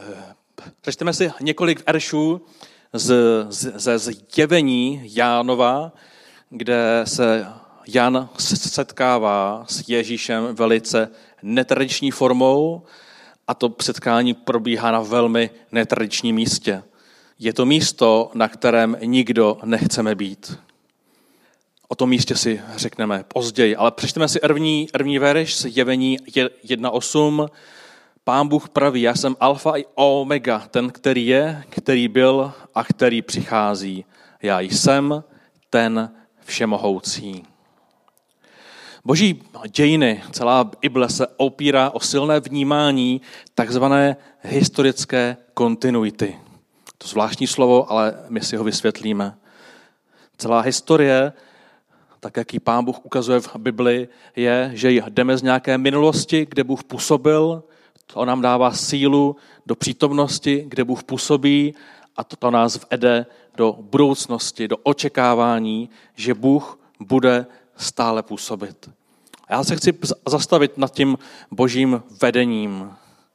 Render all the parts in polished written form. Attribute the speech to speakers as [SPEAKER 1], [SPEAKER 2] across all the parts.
[SPEAKER 1] Přečteme si několik veršů ze zjevení Jánova, kde se Jan setkává s Ježíšem velice netradiční formou a to setkání probíhá na velmi netradičním místě. Je to místo, na kterém nikdo nechceme být. O tom místě si řekneme později, ale přečteme si první verš z Jevení 1.8. Pán Bůh praví, já jsem alfa i omega, ten, který je, který byl a který přichází. Já jsem ten všemohoucí. Boží dějiny, celá Bible se opírá o silné vnímání takzvané historické kontinuity. To zvláštní slovo, ale my si ho vysvětlíme. Celá historie, tak jak ji Pán Bůh ukazuje v Bibli, je, že jdeme z nějaké minulosti, kde Bůh působil, to nám dává sílu do přítomnosti, kde Bůh působí a to nás vede do budoucnosti, do očekávání, že Bůh bude stále působit. A já se chci zastavit nad tím božím vedením.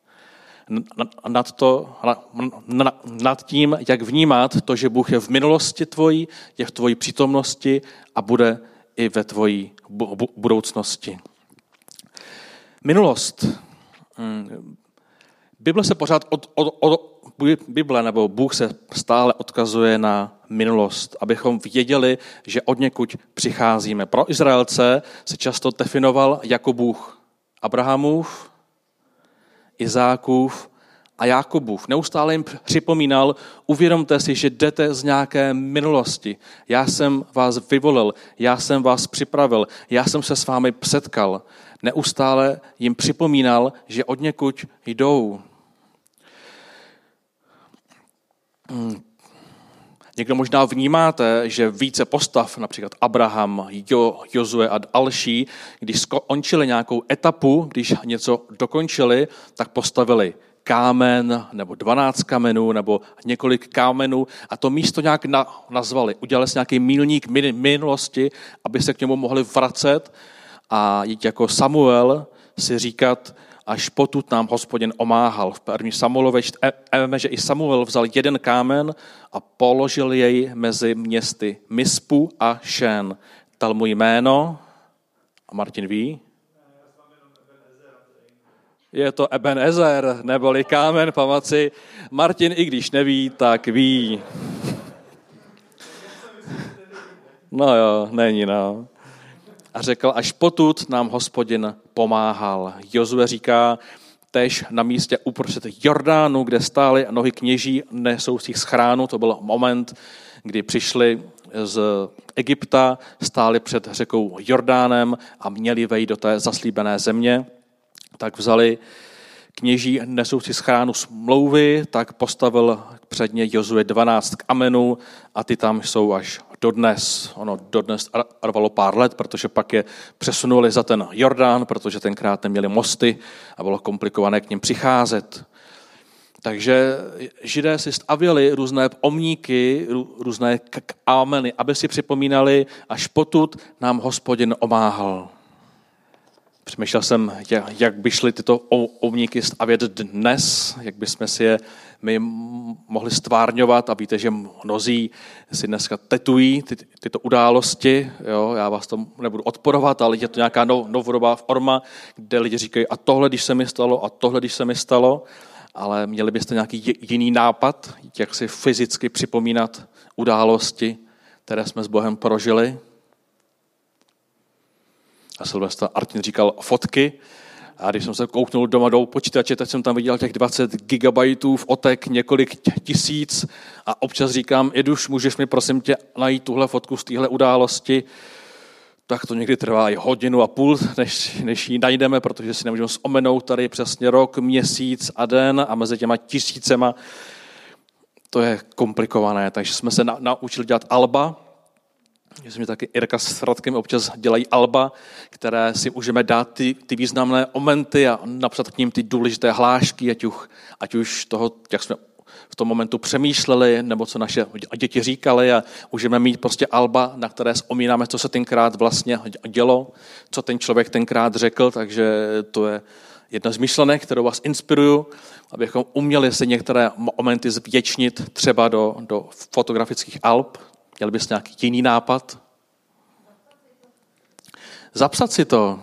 [SPEAKER 1] Nad tím, jak vnímat to, že Bůh je v minulosti tvojí, je v tvojí přítomnosti a bude i ve tvojí budoucnosti. Minulost. Bible se pořád Bible nebo Bůh se stále odkazuje na minulost, abychom věděli, že odněkud přicházíme. Pro Izraelce se často definoval jako Bůh Abrahamův, Izákův a Jákobův. Neustále jim připomínal, uvědomte si, že jdete z nějaké minulosti. Já jsem vás vyvolil, já jsem vás připravil, já jsem se s vámi setkal. Neustále jim připomínal, že odněkud jdou. Někdo možná vnímáte, že více postav, například Abraham, Jozue a další, když skončili nějakou etapu, když něco dokončili, tak postavili kámen nebo 12 kamenů nebo několik kámenů a to místo nějak nazvali. Udělali si nějaký milník minulosti, aby se k němu mohli vracet a jako Samuel si říkat, až potud nám Hospodin omáhal. V 1. Samuelové čteme, že i Samuel vzal jeden kámen a položil jej mezi městy Mispu a Šen. Dal mu jméno, a Martin ví? Je to Ebenezer, neboli kámen pamaci. Martin, i když neví, tak ví. No jo, není no. A řekl, až potud nám Hospodin pomáhal. Jozue říká, též na místě uprostřed Jordánu, kde stály nohy kněží nesoucích z chránu, to byl moment, kdy přišli z Egypta, stáli před řekou Jordánem a měli vejít do té zaslíbené země, tak vzali kněží nesoucí z chránu smlouvy, tak postavil předně Jozue 12 kamenů a ty tam jsou až dodnes. Ono dodnes trvalo pár let, protože pak je přesunuli za ten Jordán, protože tenkrát neměli mosty a bylo komplikované k nim přicházet. Takže Židé si stavěli různé pomníky, různé kámeny, aby si připomínali, až potud nám Hospodin omáhal. Přemýšlel jsem, jak by šly tyto pomníky stavět dnes, jak bychom si je my mohli stvárňovat a víte, že mnozí si dneska tetují tyto události, jo, já vás to nebudu odporovat, ale je to nějaká novodobá forma, kde lidi říkají a tohle, když se mi stalo, a tohle, když se mi stalo, ale měli byste nějaký jiný nápad, jak si fyzicky připomínat události, které jsme s Bohem prožili. A Silvestra Artin říkal fotky. A když jsem se kouknul doma do počítače, tak jsem tam viděl těch 20 gigabajtů fotek, několik tisíc a občas říkám, Eduš, můžeš mi prosím tě najít tuhle fotku z téhle události? Tak to někdy trvá i 1.5 hodiny, než ji najdeme, protože si nemůžeme vzpomenout tady přesně rok, měsíc a den a mezi těma tisícema to je komplikované. Takže jsme se naučili dělat alba. Myslím, že taky Irka s Radkem občas dělají alba, které si můžeme dát ty významné momenty a napsat k ním ty důležité hlášky, ať už toho, jak jsme v tom momentu přemýšleli, nebo co naše děti říkali a můžeme mít prostě alba, na které vzpomínáme, co se tenkrát vlastně dělo, co ten člověk tenkrát řekl, takže to je Jedna z myšlenek, kterou vás inspiruju, abychom uměli si některé momenty zvětšnit třeba do fotografických alb. Měl bys nějaký jiný nápad? Zapsat si to.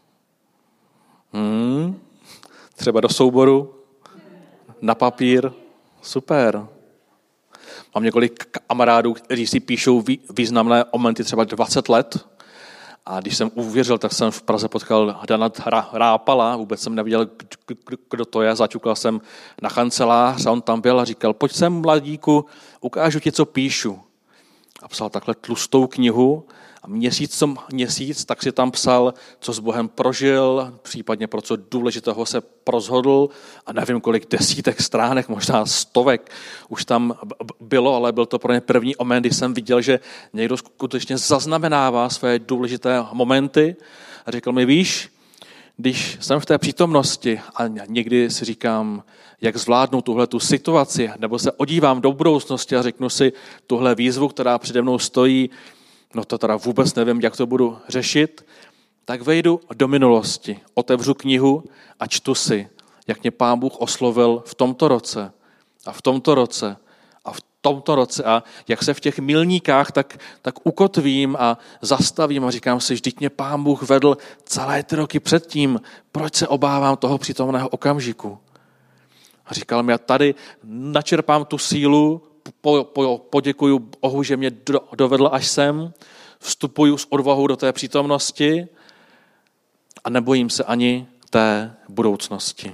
[SPEAKER 1] Třeba do souboru, na papír. Super. Mám několik kamarádů, kteří si píšou významné momenty třeba 20 let. A když jsem uvěřil, tak jsem v Praze potkal Dana Rápala, vůbec jsem nevěděl, kdo to je, zaťukal jsem na kancelář a on tam byl a říkal, pojď sem, mladíku, ukážu ti, co píšu. A psal takhle tlustou knihu a měsíc tak si tam psal, co s Bohem prožil, případně pro co důležitého se rozhodl a nevím, kolik desítek stránek, možná stovek už tam bylo, ale byl to pro mě první moment, kdy jsem viděl, že někdo skutečně zaznamenává své důležité momenty a řekl mi, víš, když jsem v té přítomnosti a někdy si říkám, jak zvládnu tuhletu situaci, nebo se odívám do budoucnosti a řeknu si tuhle výzvu, která přede mnou stojí, no to teda vůbec nevím, jak to budu řešit, tak vejdu do minulosti, otevřu knihu a čtu si, jak mě Pán Bůh oslovil v tomto roce a v tomto roce a v tomto roce a jak se v těch milníkách tak ukotvím a zastavím a říkám si, vždyť mě Pán Bůh vedl celé ty roky předtím, proč se obávám toho přítomného okamžiku. A říkal mi, já tady načerpám tu sílu, poděkuju Bohu, že mě dovedl až sem, vstupuju s odvahou do té přítomnosti a nebojím se ani té budoucnosti.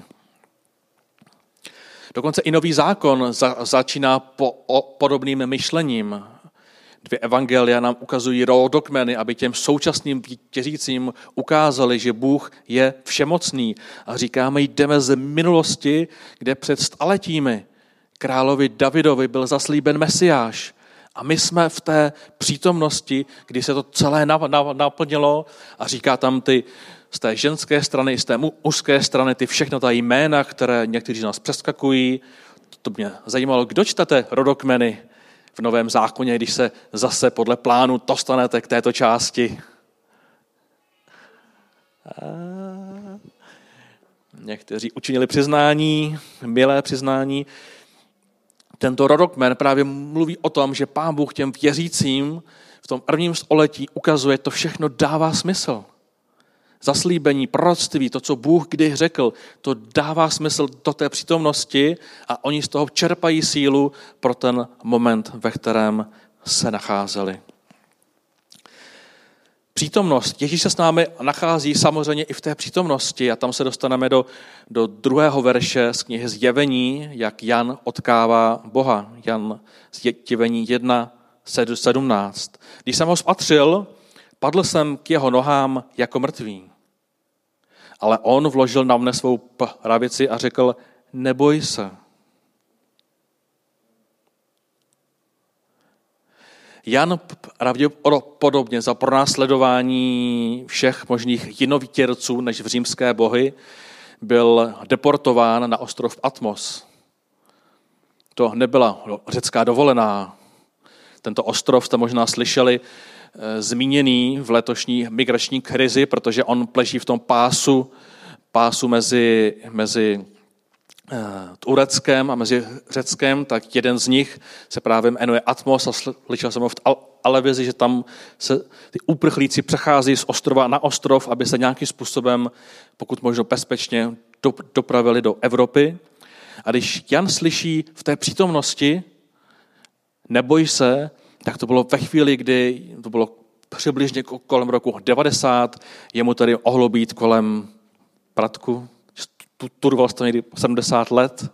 [SPEAKER 1] Dokonce i Nový zákon začíná podobným myšlením. 2 evangelia nám ukazují rodokmeny, aby těm současným věřícím ukázali, že Bůh je všemocný. A říkáme, jdeme z minulosti, kde před staletími královi Davidovi byl zaslíben Mesiáš. A my jsme v té přítomnosti, kdy se to celé naplnilo a říká tam ty z té ženské strany, z té mužské strany, ty všechno ta jména, které někteří z nás přeskakují. To mě zajímalo, kdo čtete rodokmeny v Novém zákoně, když se zase podle plánu dostanete k této části. Někteří učinili přiznání, milé přiznání. Tento rodokmen právě mluví o tom, že Pán Bůh těm věřícím v tom prvním století ukazuje, to všechno dává smysl. Zaslíbení, proroctví, to, co Bůh kdy řekl, to dává smysl do té přítomnosti a oni z toho čerpají sílu pro ten moment, ve kterém se nacházeli. Přítomnost. Ježíš se s námi nachází samozřejmě i v té přítomnosti a tam se dostaneme do 2. verše z knihy Zjevení, jak Jan odkává Boha. Jan Zjevení 1:17. Když jsem ho spatřil, padl jsem k jeho nohám jako mrtvý. Ale on vložil na mne svou pravici a řekl, neboj se. Jan pravděpodobně za pronásledování všech možných jinověrců než v římské bohy byl deportován na ostrov Patmos. To nebyla řecká dovolená. Tento ostrov jste možná slyšeli zmíněný v letošní migrační krizi, protože on pleží v tom pásu mezi Tureckem a mezi Řeckem, tak jeden z nich se právě jmenuje Atmos a slyšel jsem ho v televizi, že tam se ty uprchlíci přechází z ostrova na ostrov, aby se nějakým způsobem, pokud možno bezpečně, dopravili do Evropy. A když Jan slyší v té přítomnosti, neboj se, tak to bylo ve chvíli, kdy to bylo přibližně kolem roku 90, jemu tady mohlo být kolem Pratku, studoval jste někdy 70 let,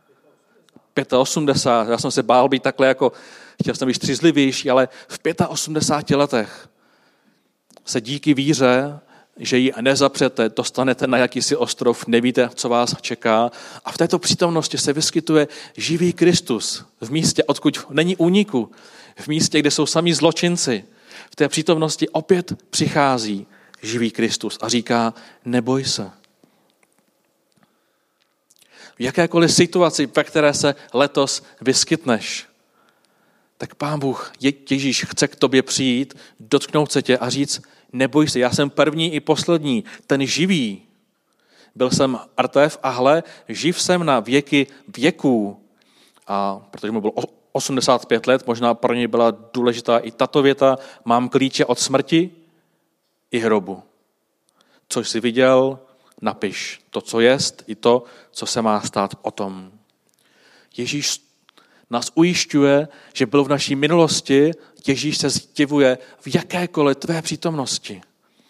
[SPEAKER 1] 85, já jsem se bál být takhle jako, chtěl jsem být střízlivější, ale v 85 letech se díky víře, že ji nezapřete, dostanete na jakýsi ostrov, nevíte, co vás čeká. A v této přítomnosti se vyskytuje živý Kristus v místě, odkud není úniku, v místě, kde jsou sami zločinci. V té přítomnosti opět přichází živý Kristus a říká, neboj se. V jakékoliv situaci, ve které se letos vyskytneš, tak Pán Bůh, Ježíš chce k tobě přijít, dotknout se tě a říct, neboj se, já jsem první i poslední, ten živý. byl jsem mrtev a hle, živ jsem na věky věků. A protože mu bylo 85 let, možná pro něj byla důležitá i tato věta, mám klíče od smrti i hrobu. Což jsi viděl, napiš to, co jest, i to, co se má stát o tom. Ježíš nás ujišťuje, že byl v naší minulosti, Ježíš se zdivuje v jakékoliv tvé přítomnosti.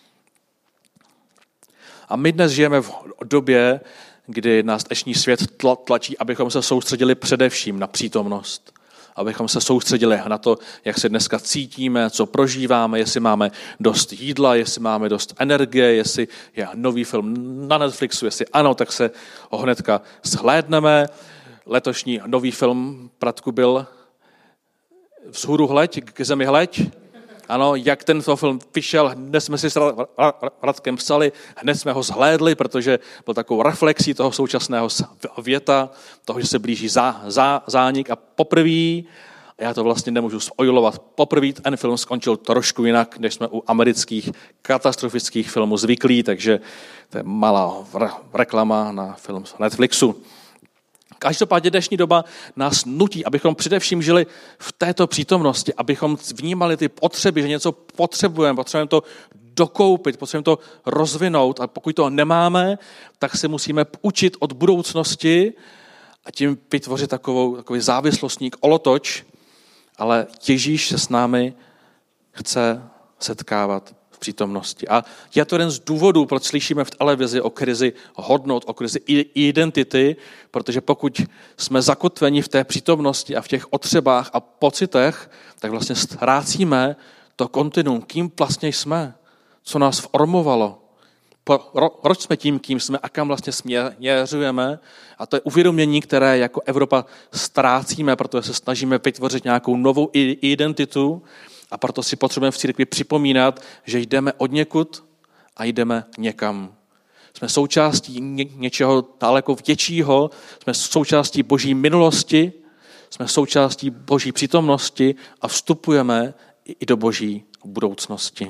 [SPEAKER 1] A my dnes žijeme v době, kdy nás dnešní svět tlačí, abychom se soustředili především na přítomnost. Abychom se soustředili na to, jak se dneska cítíme, co prožíváme, jestli máme dost jídla, jestli máme dost energie, jestli je nový film na Netflixu, jestli ano, tak se ho hnedka shlédneme. Letošní nový film, Pratku, byl Vzhůru hleď, k zemi hleď. Ano, jak tento film vyšel, hned jsme si s Radkem psali, hned jsme ho zhlédli, protože byl takovou reflexí toho současného věta, toho, že se blíží zánik a poprvé, já to vlastně nemůžu spojovat, poprvé ten film skončil trošku jinak, než jsme u amerických katastrofických filmů zvyklí, takže to je malá reklama na film z Netflixu. Každopádně dnešní doba nás nutí, abychom především žili v této přítomnosti, abychom vnímali ty potřeby, že něco potřebujeme to dokoupit, potřebujeme to rozvinout a pokud to nemáme, tak se musíme učit od budoucnosti a tím vytvořit takový závislostní kolotoč, ale Ježíš se s námi chce setkávat v přítomnosti. A je to jeden z důvodů, proč slyšíme v televizi o krizi hodnot, o krizi identity, protože pokud jsme zakotveni v té přítomnosti a v těch potřebách a pocitech, tak vlastně ztrácíme to kontinuum, kým vlastně jsme, co nás formovalo, proč jsme tím, kým jsme a kam vlastně směřujeme. A to je uvědomění, které jako Evropa ztrácíme, protože se snažíme vytvořit nějakou novou identitu, a proto si potřebujeme v církvi připomínat, že jdeme odněkud a jdeme někam. Jsme součástí něčeho daleko většího, jsme součástí Boží minulosti, jsme součástí Boží přítomnosti a vstupujeme i do Boží budoucnosti.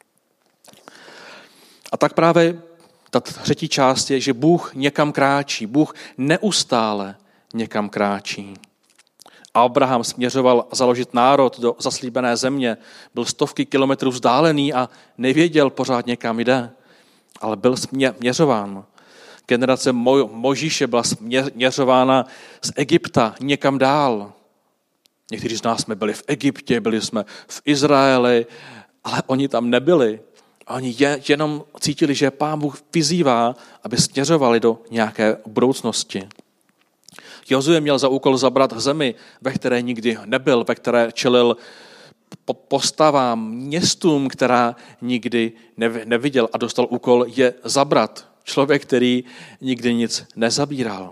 [SPEAKER 1] A tak právě ta třetí část je, že Bůh někam kráčí. Bůh neustále někam kráčí. Abraham směřoval založit národ do zaslíbené země, byl stovky kilometrů vzdálený a nevěděl pořádně, kam jde, ale byl směřován. Generace Mojžíše byla směřována z Egypta někam dál. Někteří z nás jsme byli v Egyptě, byli jsme v Izraeli, ale oni tam nebyli. Oni jenom cítili, že Pán Bůh vyzývá, aby směřovali do nějaké budoucnosti. Jozue měl za úkol zabrat zemi, ve které nikdy nebyl, ve které čelil postavám, městům, která nikdy neviděl a dostal úkol je zabrat. Člověk, který nikdy nic nezabíral.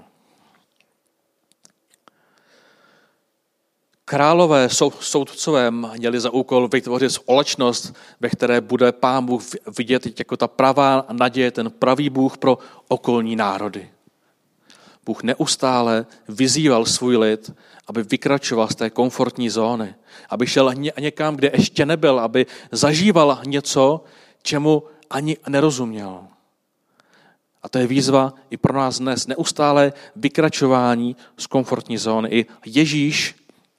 [SPEAKER 1] Králové, soudcové měli za úkol vytvořit společnost, ve které bude Pán Bůh vidět jako ta pravá naděje, ten pravý Bůh pro okolní národy. Bůh neustále vyzýval svůj lid, aby vykračoval z té komfortní zóny, aby šel někam, kde ještě nebyl, aby zažíval něco, čemu ani nerozuměl. A to je výzva i pro nás dnes, neustále vykračování z komfortní zóny. I Ježíš,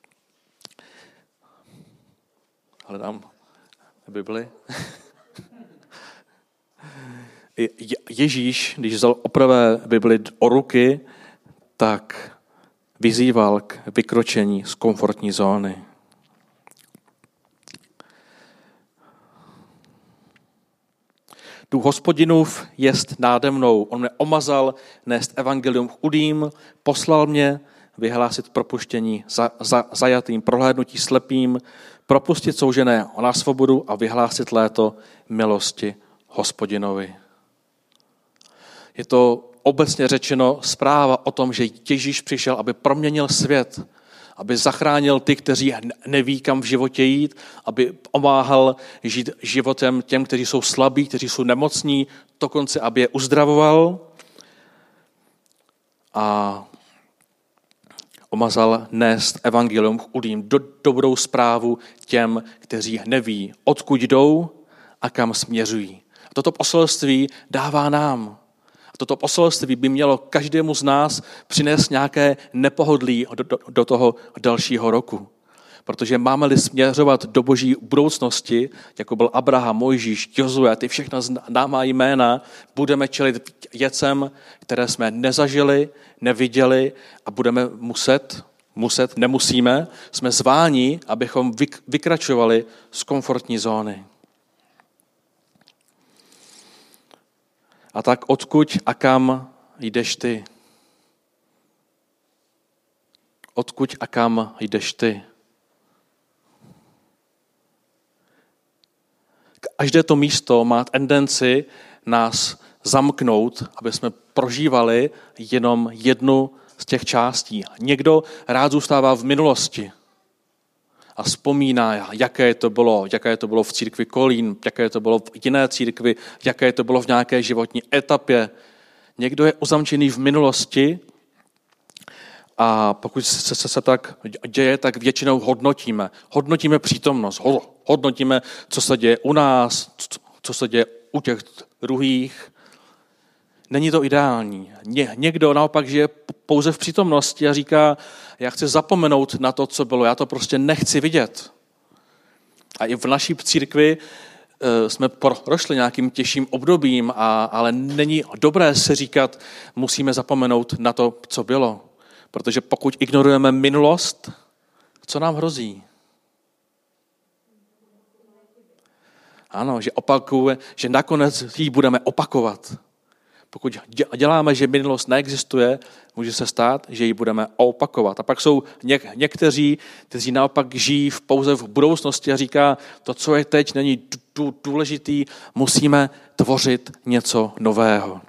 [SPEAKER 1] hledám Bibli, Ježíš, když vzal oprvé Bibli o ruky, tak vyzýval k vykročení z komfortní zóny. Duch Hospodinův jest náde mnou. On mě omazal nést evangelium chudým, poslal mě vyhlásit propuštění zajatým, prohlédnutí slepým, propustit soužené na svobodu a vyhlásit léto milosti Hospodinovi. Je to obecně řečeno zpráva o tom, že Ježíš přišel, aby proměnil svět, aby zachránil ty, kteří neví, kam v životě jít, aby pomáhal žít životem těm, kteří jsou slabí, kteří jsou nemocní, dokonce, aby je uzdravoval a omazal nést evangelium chudým, dobrou zprávu těm, kteří neví, odkud jdou a kam směřují. A toto poselství dává nám. A toto poselství by mělo každému z nás přinést nějaké nepohodlí do toho dalšího roku. Protože máme-li směřovat do boží budoucnosti, jako byl Abraham, Mojžíš, Jozue, ty všechna známá jména, budeme čelit věcem, které jsme nezažili, neviděli a budeme nemusíme, jsme zváni, abychom vykračovali z komfortní zóny. A tak odkud a kam jdeš ty? Odkud a kam jdeš ty? Každé to místo má tendenci nás zamknout, aby jsme prožívali jenom jednu z těch částí. Někdo rád zůstává v minulosti a vzpomíná, jaké to bylo v církvi Kolín, jaké to bylo v jiné církvi, jaké to bylo v nějaké životní etapě. Někdo je uzamčený v minulosti a pokud se tak děje, tak většinou hodnotíme přítomnost, hodnotíme, co se děje u nás, co se děje u těch druhých. Není to ideální. Někdo naopak žije pouze v přítomnosti a říká, já chci zapomenout na to, co bylo, já to prostě nechci vidět. A i v naší církvi jsme prošli nějakým těžším obdobím, ale není dobré se říkat, musíme zapomenout na to, co bylo. Protože pokud ignorujeme minulost, co nám hrozí? Ano, že nakonec ji budeme opakovat. Pokud děláme, že minulost neexistuje, může se stát, že ji budeme opakovat. A pak jsou někteří, kteří naopak žijí pouze v budoucnosti a říká, to, co je teď, není důležitý, musíme tvořit něco nového.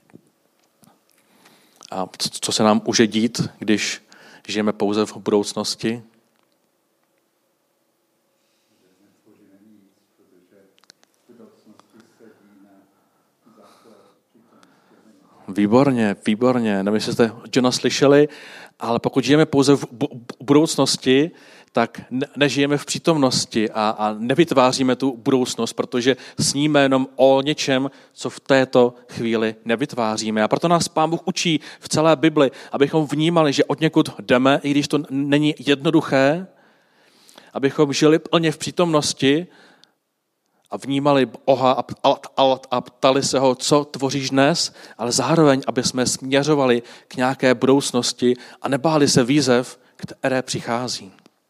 [SPEAKER 1] A co se nám může dít, když žijeme pouze v budoucnosti? Výborně. Nevím, jestli jste Johna slyšeli, ale pokud žijeme pouze v budoucnosti, tak nežijeme v přítomnosti a nevytváříme tu budoucnost, protože sníme jenom o něčem, co v této chvíli nevytváříme. A proto nás Pán Bůh učí v celé Bibli, abychom vnímali, že odněkud jdeme, i když to není jednoduché, abychom žili plně v přítomnosti a vnímali Boha a ptali se ho, co tvoříš dnes, ale zároveň, aby jsme směřovali k nějaké budoucnosti a nebáli se výzev, které přichází.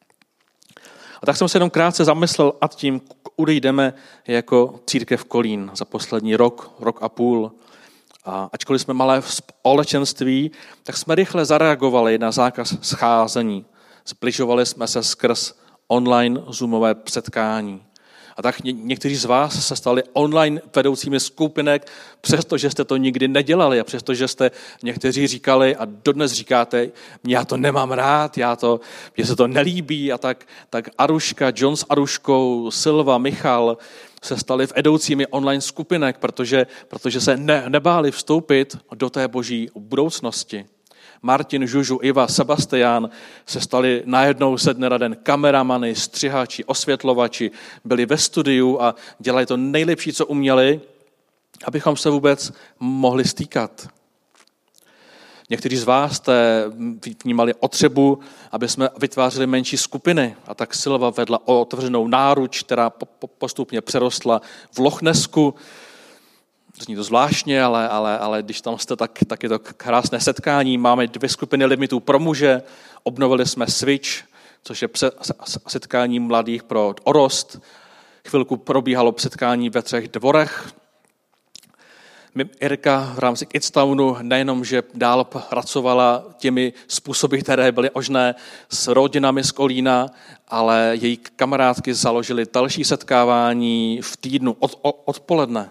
[SPEAKER 1] A tak jsem se jenom krátce zamyslel nad tím, kudy jdeme jako církev Kolín za poslední rok a půl. A ačkoliv jsme malé společenství, tak jsme rychle zareagovali na zákaz scházení. Zbližovali jsme se skrz online zoomové setkání. A tak někteří z vás se stali online vedoucími skupinek, přestože jste to nikdy nedělali a přestože jste někteří říkali a dodnes říkáte, já to nemám rád, mně se to nelíbí a tak Aruška, John s Aruškou, Silva, Michal se stali vedoucími online skupinek, protože se nebáli vstoupit do té boží budoucnosti. Martin, Žužu, Iva, Sebastián se stali najednou ze dne na den kameramany, střihači, osvětlovači, byli ve studiu a dělali to nejlepší, co uměli, abychom se vůbec mohli stýkat. Někteří z vás jste vnímali potřebu, aby jsme vytvářeli menší skupiny a tak Silva vedla otevřenou náruč, která postupně přerostla v Lochnesku. Zní to zvláštně, ale když tam jste, tak je to krásné setkání. Máme 2 skupiny limitů pro muže. Obnovili jsme Switch, což je setkání mladých pro dorost. Chvilku probíhalo setkání ve 3 dvorech. Irka v rámci Kidstownu nejenom, že dál pracovala těmi způsoby, které byly možné s rodinami z Kolína, ale její kamarádky založily další setkávání v týdnu odpoledne.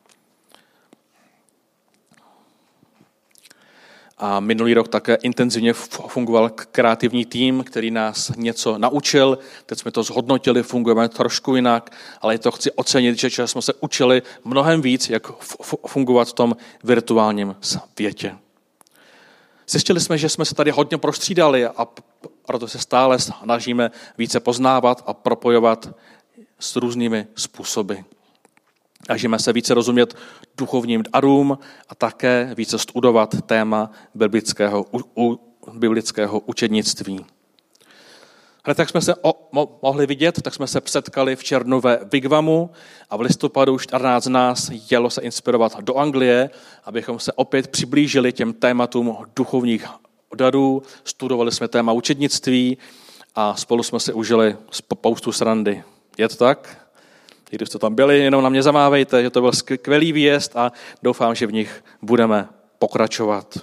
[SPEAKER 1] A minulý rok také intenzivně fungoval kreativní tým, který nás něco naučil. Teď jsme to zhodnotili, fungujeme trošku jinak, ale to chci ocenit, že jsme se učili mnohem víc, jak fungovat v tom virtuálním světě. Zjistili jsme, že jsme se tady hodně prostřídali a proto se stále snažíme více poznávat a propojovat s různými způsoby. Snažíme se více rozumět duchovním darům a také více studovat téma biblického učednictví. Hned jak jsme se mohli vidět, tak jsme se setkali v červnu ve Wigwamu a v listopadu 14 z nás jelo se inspirovat do Anglie, abychom se opět přiblížili těm tématům duchovních darů, studovali jsme téma učednictví a spolu jsme si užili spoustu srandy. Je to tak? Když jste tam byli, jenom na mě zamávejte, že to byl skvělý výjezd a doufám, že v nich budeme pokračovat.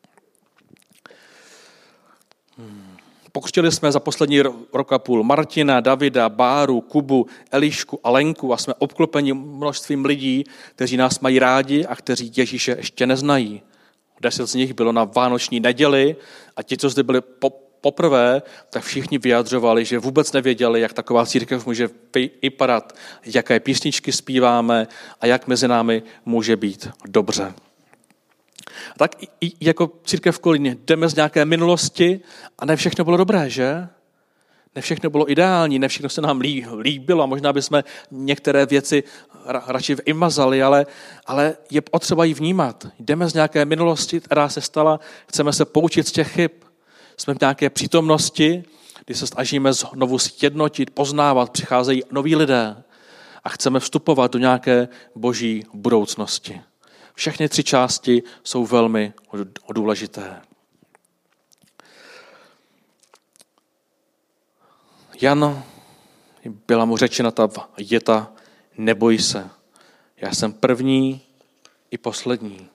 [SPEAKER 1] Pokřtili jsme za poslední rok a půl Martina, Davida, Báru, Kubu, Elišku a Lenku a jsme obklopeni množstvím lidí, kteří nás mají rádi a kteří Ježíše ještě neznají. 10 z nich bylo na vánoční neděli a ti, co zde byli poprvé, tak všichni vyjadřovali, že vůbec nevěděli, jak taková církev může vypadat, jaké písničky zpíváme a jak mezi námi může být dobře. Tak i jako církev v Kolíně jdeme z nějaké minulosti a ne všechno bylo dobré, že? Ne všechno bylo ideální, ne všechno se nám líbilo a možná bychom některé věci radši vymazali, ale je potřeba ji vnímat. Jdeme z nějaké minulosti, která se stala, chceme se poučit z těch chyb. Jsme v nějaké přítomnosti, kdy se snažíme znovu sjednotit, poznávat, přicházejí noví lidé a chceme vstupovat do nějaké boží budoucnosti. Všechny 3 části jsou velmi důležité. Jan, byla mu řečena ta věta, neboj se, já jsem první i poslední.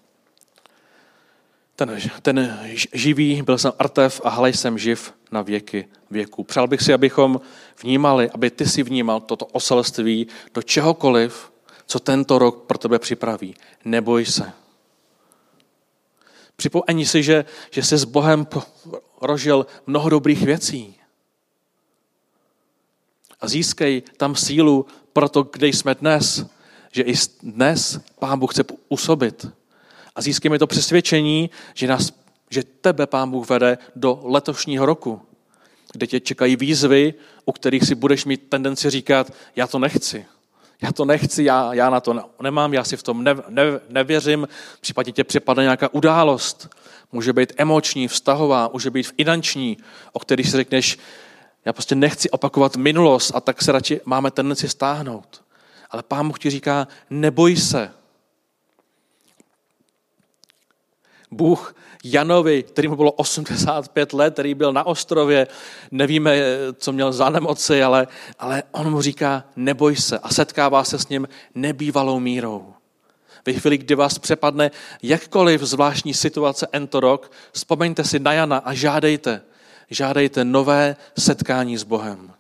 [SPEAKER 1] Ten živý, byl jsem mrtev a hle jsem živ na věky věků. Přál bych si, abychom vnímali, aby ty si vnímal toto oselství do čehokoliv, co tento rok pro tebe připraví. Neboj se. Připomeň si, že jsi s Bohem prožil mnoho dobrých věcí. A získej tam sílu pro to, kde jsme dnes, že i dnes Pán Bůh chce působit. A získejme to přesvědčení, že tebe Pán Bůh vede do letošního roku, kde tě čekají výzvy, u kterých si budeš mít tendenci říkat, já to nechci, já na to nemám, já si v tom nevěřím, případně tě připadne nějaká událost, může být emoční, vztahová, může být finanční, o kterých si řekneš, já prostě nechci opakovat minulost a tak se radši máme tendenci stáhnout. Ale Pán Bůh ti říká, neboj se. Bůh Janovi, kterýmu bylo 85 let, který byl na ostrově, nevíme, co měl za nemoci, ale on mu říká, neboj se a setkává se s ním nebývalou mírou. Ve chvíli, kdy vás přepadne jakkoliv zvláštní situace tento rok, vzpomeňte si na Jana a žádejte nové setkání s Bohem.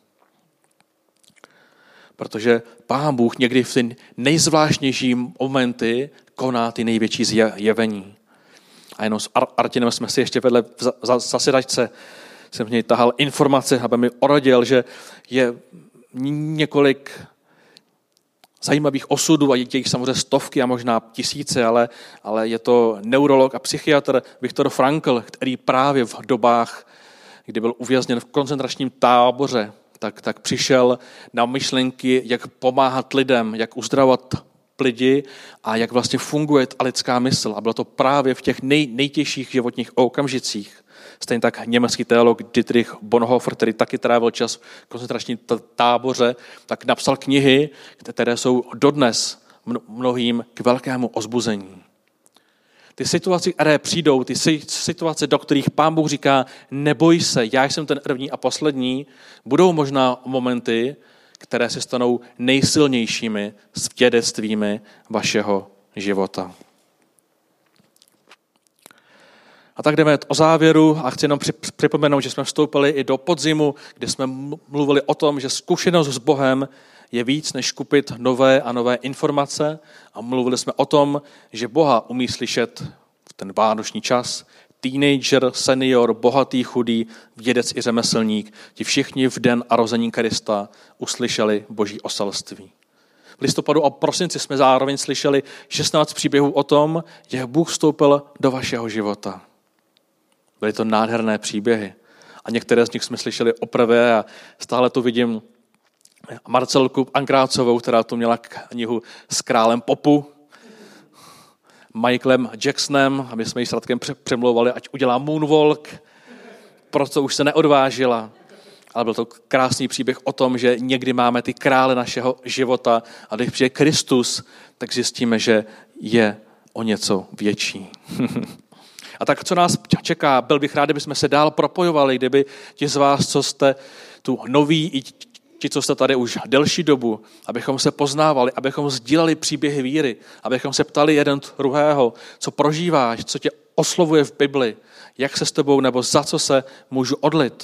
[SPEAKER 1] Protože Pán Bůh někdy v ty nejzvláštnější momenty koná ty největší zjevení. A jenom s Artinem jsme si ještě vedle v zasedačce, jsem v něj tahal informace, aby mi orodil, že je několik zajímavých osudů a je těch samozřejmě stovky a možná tisíce, ale je to neurolog a psychiatr Viktor Frankl, který právě v dobách, kdy byl uvězněn v koncentračním táboře, tak přišel na myšlenky, jak pomáhat lidem, jak uzdravovat lidi a jak vlastně funguje ta lidská mysl. A bylo to právě v těch nejtěžších životních okamžicích. Stejně tak německý teolog Dietrich Bonhoeffer, který taky trávil čas v koncentračním táboře, tak napsal knihy, které jsou dodnes mnohým k velkému ozbuzení. Ty situace, které přijdou, ty situace, do kterých Pán Bůh říká, neboj se, já jsem ten první a poslední, budou možná momenty, které se stanou nejsilnějšími svědectvími vašeho života. A tak jdeme o závěru a chci jenom připomenout, že jsme vstoupili i do podzimu, kde jsme mluvili o tom, že zkušenost s Bohem je víc, než kupit nové a nové informace a mluvili jsme o tom, že Boha umí slyšet v ten vánoční čas, teenager, senior, bohatý, chudý, vědec i řemeslník, ti všichni v den narození Krista uslyšeli Boží oselství. V listopadu a prosinci jsme zároveň slyšeli 16 příběhů o tom, jak Bůh vstoupil do vašeho života. Byly to nádherné příběhy. A některé z nich jsme slyšeli opravdu a stále tu vidím Marcelku Ankrácovou, která tu měla knihu s králem popu, Michaelem Jacksonem, a my jsme ji s Radkem přemlouvali, ať udělá moonwalk, proto už se neodvážila. Ale byl to krásný příběh o tom, že někdy máme ty krále našeho života a když přijde Kristus, tak zjistíme, že je o něco větší. A tak co nás čeká? Byl bych rád, kdybychom se dál propojovali, kdyby ti z vás, co jste tu noví, i ti, co jste tady už delší dobu, abychom se poznávali, abychom sdíleli příběhy víry, abychom se ptali jeden druhého, co prožíváš, co tě oslovuje v Bibli, jak se s tebou nebo za co se můžu odlit.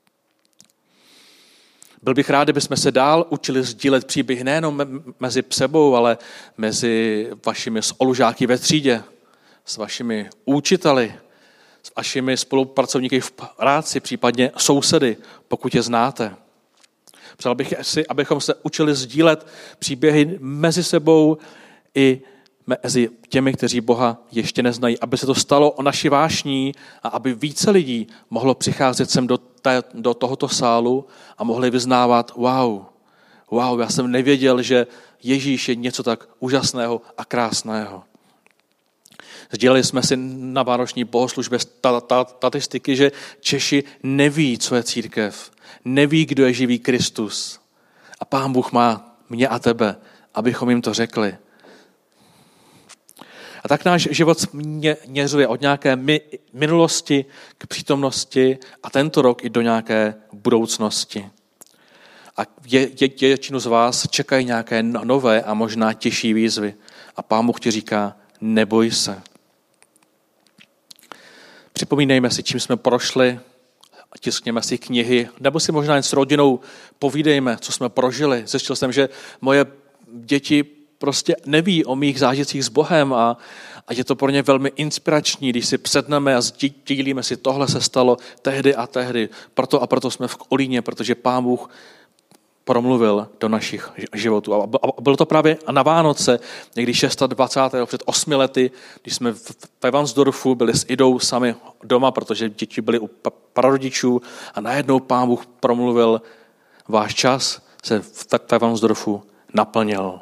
[SPEAKER 1] Byl bych rád, kdybychom se dál učili sdílet příběhy nejenom mezi sebou, ale mezi vašimi spolužáky ve třídě, s vašimi učiteli, s vašimi spolupracovníky v práci, případně sousedy, pokud je znáte. Přál bych si, abychom se učili sdílet příběhy mezi sebou i mezi těmi, kteří Boha ještě neznají, aby se to stalo o naši vášní a aby více lidí mohlo přicházet sem do tohoto sálu a mohli vyznávat wow, já jsem nevěděl, že Ježíš je něco tak úžasného a krásného. Sdělili jsme si na vánoční bohoslužbě statistiky, že Češi neví, co je církev, neví, kdo je živý Kristus. A Pán Bůh má mě a tebe, abychom jim to řekli. A tak náš život měřuje od nějaké minulosti k přítomnosti a tento rok i do nějaké budoucnosti. A většinu z vás čekají nějaké nové a možná těžší výzvy. A Pán Bůh ti říká, neboj se. Připomínejme si, čím jsme prošli, tiskněme si knihy, nebo si možná jen s rodinou povídejme, co jsme prožili. Zjistil jsem, že moje děti prostě neví o mých zážitcích s Bohem a je to pro ně velmi inspirační, když si předneme a sdílíme si, tohle se stalo tehdy a tehdy. Proto jsme v Kolíně, protože Pán Bůh promluvil do našich životů. A bylo to právě na Vánoce, někdy 26. před 8 lety, když jsme ve Vansdorfu byli s Idou sami doma, protože děti byly u prarodičů a najednou Pán Bůh promluvil, váš čas se ve Vansdorfu naplnil.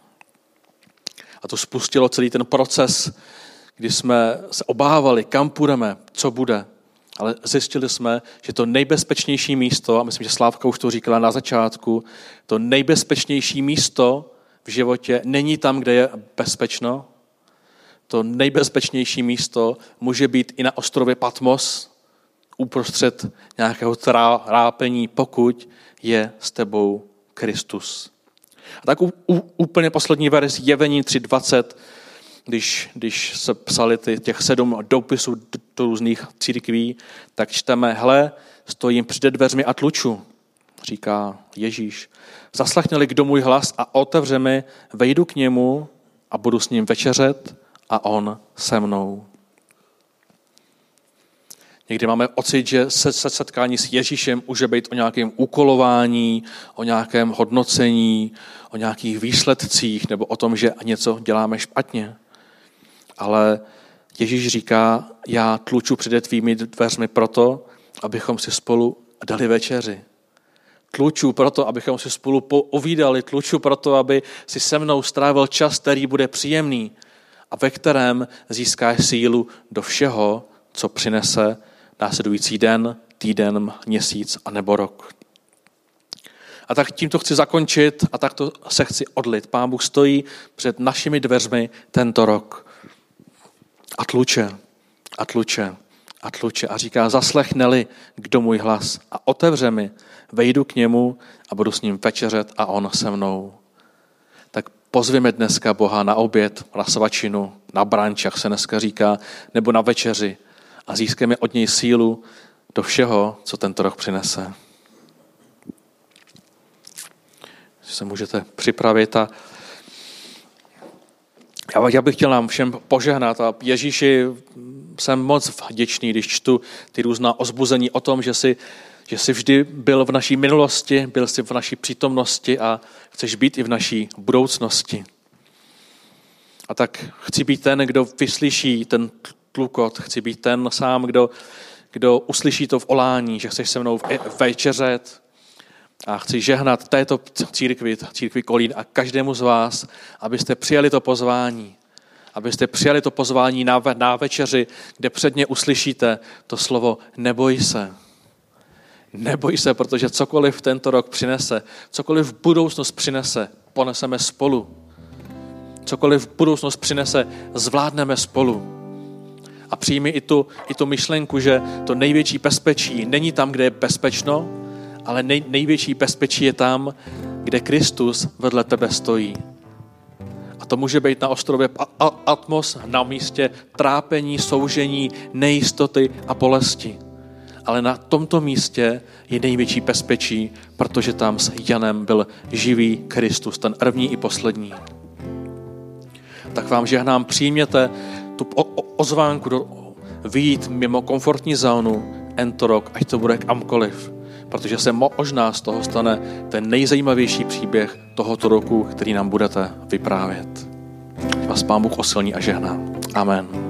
[SPEAKER 1] A to spustilo celý ten proces, kdy jsme se obávali, kam půjdeme, co bude. Ale zjistili jsme, že to nejbezpečnější místo, a myslím, že Slávka už to říkala na začátku, to nejbezpečnější místo v životě není tam, kde je bezpečno. To nejbezpečnější místo může být i na ostrově Patmos, uprostřed nějakého trápení, pokud je s tebou Kristus. A tak úplně poslední verš Jevení 3:20, když se psali těch 7 dopisů do různých církví, tak čteme, hle, stojím před dveřmi a tluču, říká Ježíš. Zaslechne-li kdo můj hlas a otevře mi, vejdu k němu a budu s ním večeřet a on se mnou. Někdy máme pocit, že setkání s Ježíšem může být o nějakém úkolování, o nějakém hodnocení, o nějakých výsledcích nebo o tom, že něco děláme špatně. Ale Ježíš říká, já tluču před tvými dveřmi proto, abychom si spolu dali večeři. Tluču proto, abychom si spolu povídali, tluču proto, aby si se mnou strávil čas, který bude příjemný a ve kterém získáš sílu do všeho, co přinese následující den, týden, měsíc a nebo rok. A tak tímto chci zakončit a takto se chci odlit. Pán Bůh stojí před našimi dveřmi tento rok a tluče a tluče a tluče a říká, zaslechne-li kdo můj hlas a otevře mi, vejdu k němu a budu s ním večeřet a on se mnou. Tak pozvěme dneska Boha na oběd, na svačinu, na branč, jak se dneska říká, nebo na večeři a získáme od něj sílu do všeho, co tento rok přinese. Se můžete připravit a já bych chtěl nám všem požehnat a Ježíši, jsem moc vděčný, když čtu ty různá ozbuzení o tom, že jsi vždy byl v naší minulosti, byl jsi v naší přítomnosti a chceš být i v naší budoucnosti. A tak chci být ten, kdo vyslyší ten tlukot, chci být ten sám, kdo uslyší to v olání, že chceš se mnou večeřet, A chci žehnat této církvi Kolín a každému z vás, abyste přijali to pozvání. Abyste přijali to pozvání na večeři, kde předně uslyšíte to slovo neboj se. Neboj se, protože cokoliv tento rok přinese, cokoliv budoucnost přinese, poneseme spolu. Cokoliv budoucnost přinese, zvládneme spolu. A přijmi i tu myšlenku, že to největší bezpečí není tam, kde je bezpečno, ale největší bezpečí je tam, kde Kristus vedle tebe stojí. A to může být na ostrově Atmos, na místě trápení, soužení, nejistoty a bolesti. Ale na tomto místě je největší bezpečí, protože tam s Janem byl živý Kristus, ten první i poslední. Tak vám žehnám, přijměte tu ozvánku vyjít mimo komfortní zónu tento rok, ať to bude kamkoliv. Protože se možná z toho stane ten nejzajímavější příběh tohoto roku, který nám budete vyprávět. Vás Pán Bůh osilní a žehná. Amen.